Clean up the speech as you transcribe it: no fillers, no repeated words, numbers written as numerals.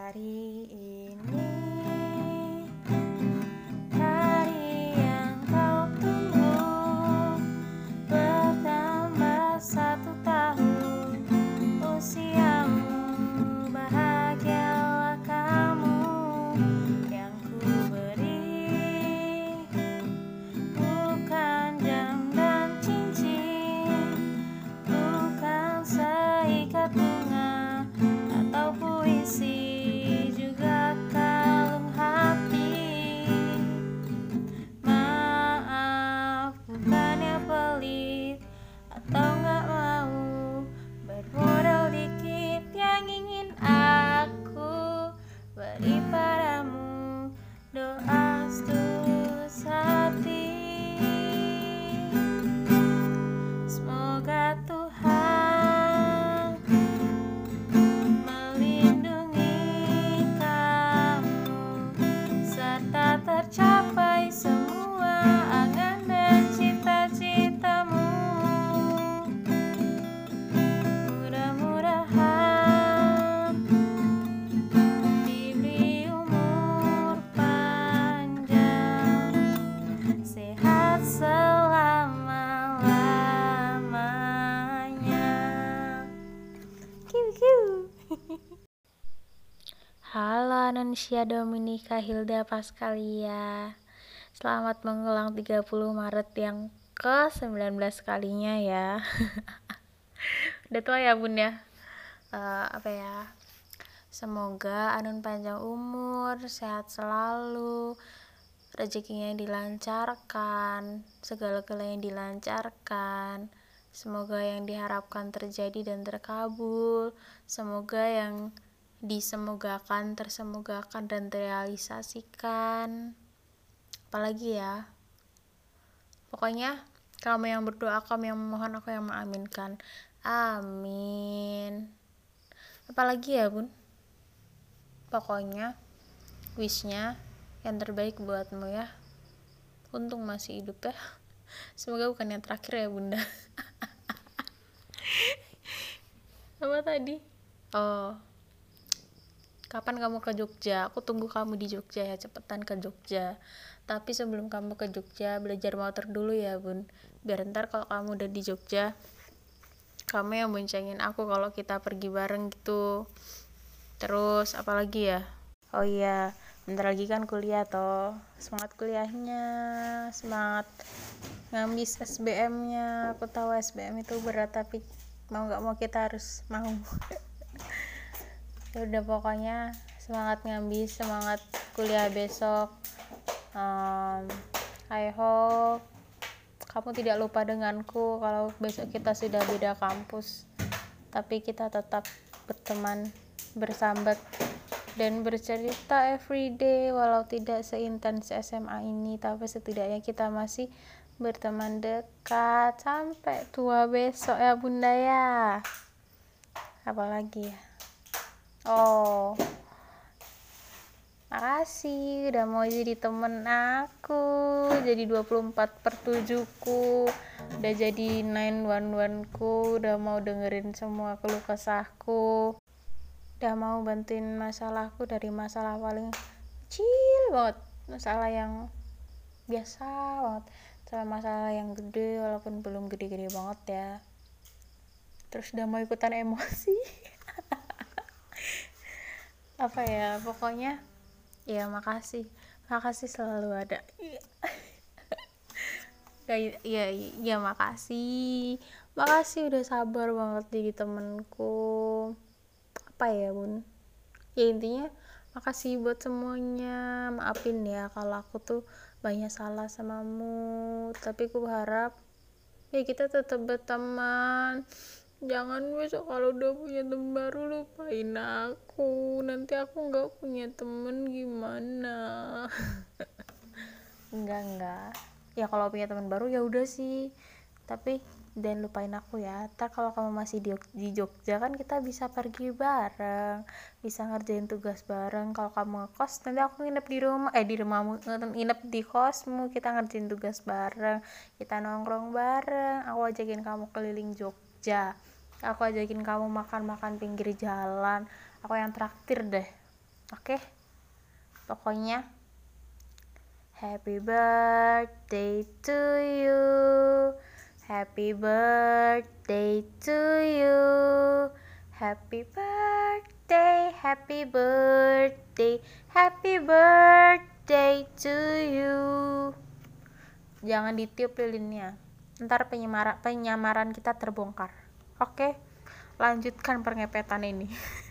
Hari ini hari yang kau tunggu bertambah 1 tahun usiamu. Bahagialah kamu yang ku beri, bukan jam dan cincin, bukan seikat bunga atau puisi, juga kalung hati. Maaf, bukannya pelit atau gak mau bermodal dikit yang ingin aku beri padamu, doa setulus hati. Semoga Tuhan melindungi kamu serta tercapai semua angan dan cita-citamu. Mudah-mudahan diberi umur panjang, sehat selama-lamanya. Kiu. Halo Anuncia Dominika Hilda Paskalia. Selamat mengulang 30 Maret yang ke-19 kalinya ya. Udah tua ya bun ya. Semoga Anun panjang umur, sehat selalu, rezekinya dilancarkan, segala-galanya dilancarkan. Semoga yang diharapkan terjadi dan terkabul. Semoga yang disemogakan tersemogakan dan terrealisasikan. Apalagi ya, pokoknya kamu yang berdoa, kamu yang memohon, aku yang mengaminkan. Amin. Apalagi ya bun, pokoknya wishnya yang terbaik buatmu ya. Untung masih hidup ya. Semoga bukan yang terakhir ya bunda. Apa tadi? Kapan kamu ke Jogja? Aku tunggu kamu di Jogja ya, cepetan ke Jogja. Tapi sebelum kamu ke Jogja, belajar motor dulu ya bun, biar ntar kalau kamu udah di Jogja, kamu yang boncengin aku kalau kita pergi bareng gitu. Terus apalagi ya? Oh iya, bentar lagi kan kuliah toh. Semangat kuliahnya, semangat ngambis SBM-nya. Aku tahu SBM itu berat, tapi mau gak mau kita harus mau. Ya udah, pokoknya semangat ngambis, semangat kuliah besok. I hope kamu tidak lupa denganku kalau besok kita sudah beda kampus, tapi kita tetap berteman, bersahabat, dan bercerita everyday. Walau tidak seintens SMA ini, tapi setidaknya kita masih berteman dekat sampai tua besok ya bunda ya. Apalagi ya, makasih udah mau jadi temen aku, jadi 24/7 ku, udah jadi 911 ku, udah mau dengerin semua keluh kesahku, udah mau bantuin masalahku dari masalah paling kecil banget, masalah yang biasa banget, sampai masalah yang gede walaupun belum gede-gede banget ya. Terus udah mau ikutan emosi. Pokoknya ya makasih selalu ada. Ya makasih udah sabar banget jadi temenku. Bun, ya intinya makasih buat semuanya. Maafin ya kalau aku tuh banyak salah samamu, tapi aku harap ya kita tetap berteman. Jangan besok kalau udah punya temen baru lupain aku, nanti aku nggak punya temen gimana. enggak ya, kalau punya teman baru ya udah sih, tapi jangan lupain aku ya. Ntar kalau kamu masih di Jogja kan kita bisa pergi bareng, bisa ngerjain tugas bareng. Kalau kamu ngekos, nanti aku nginep di rumahmu, nginep di kosmu, kita ngerjain tugas bareng, kita nongkrong bareng. Aku ajakin kamu keliling Jogja, aku ajakin kamu makan-makan pinggir jalan, aku yang traktir deh. Oke, pokoknya happy birthday to you, happy birthday to you, happy birthday, happy birthday, happy birthday to you. Jangan ditiup lilinnya, ntar penyamaran kita terbongkar. Oke, lanjutkan pengepetan ini.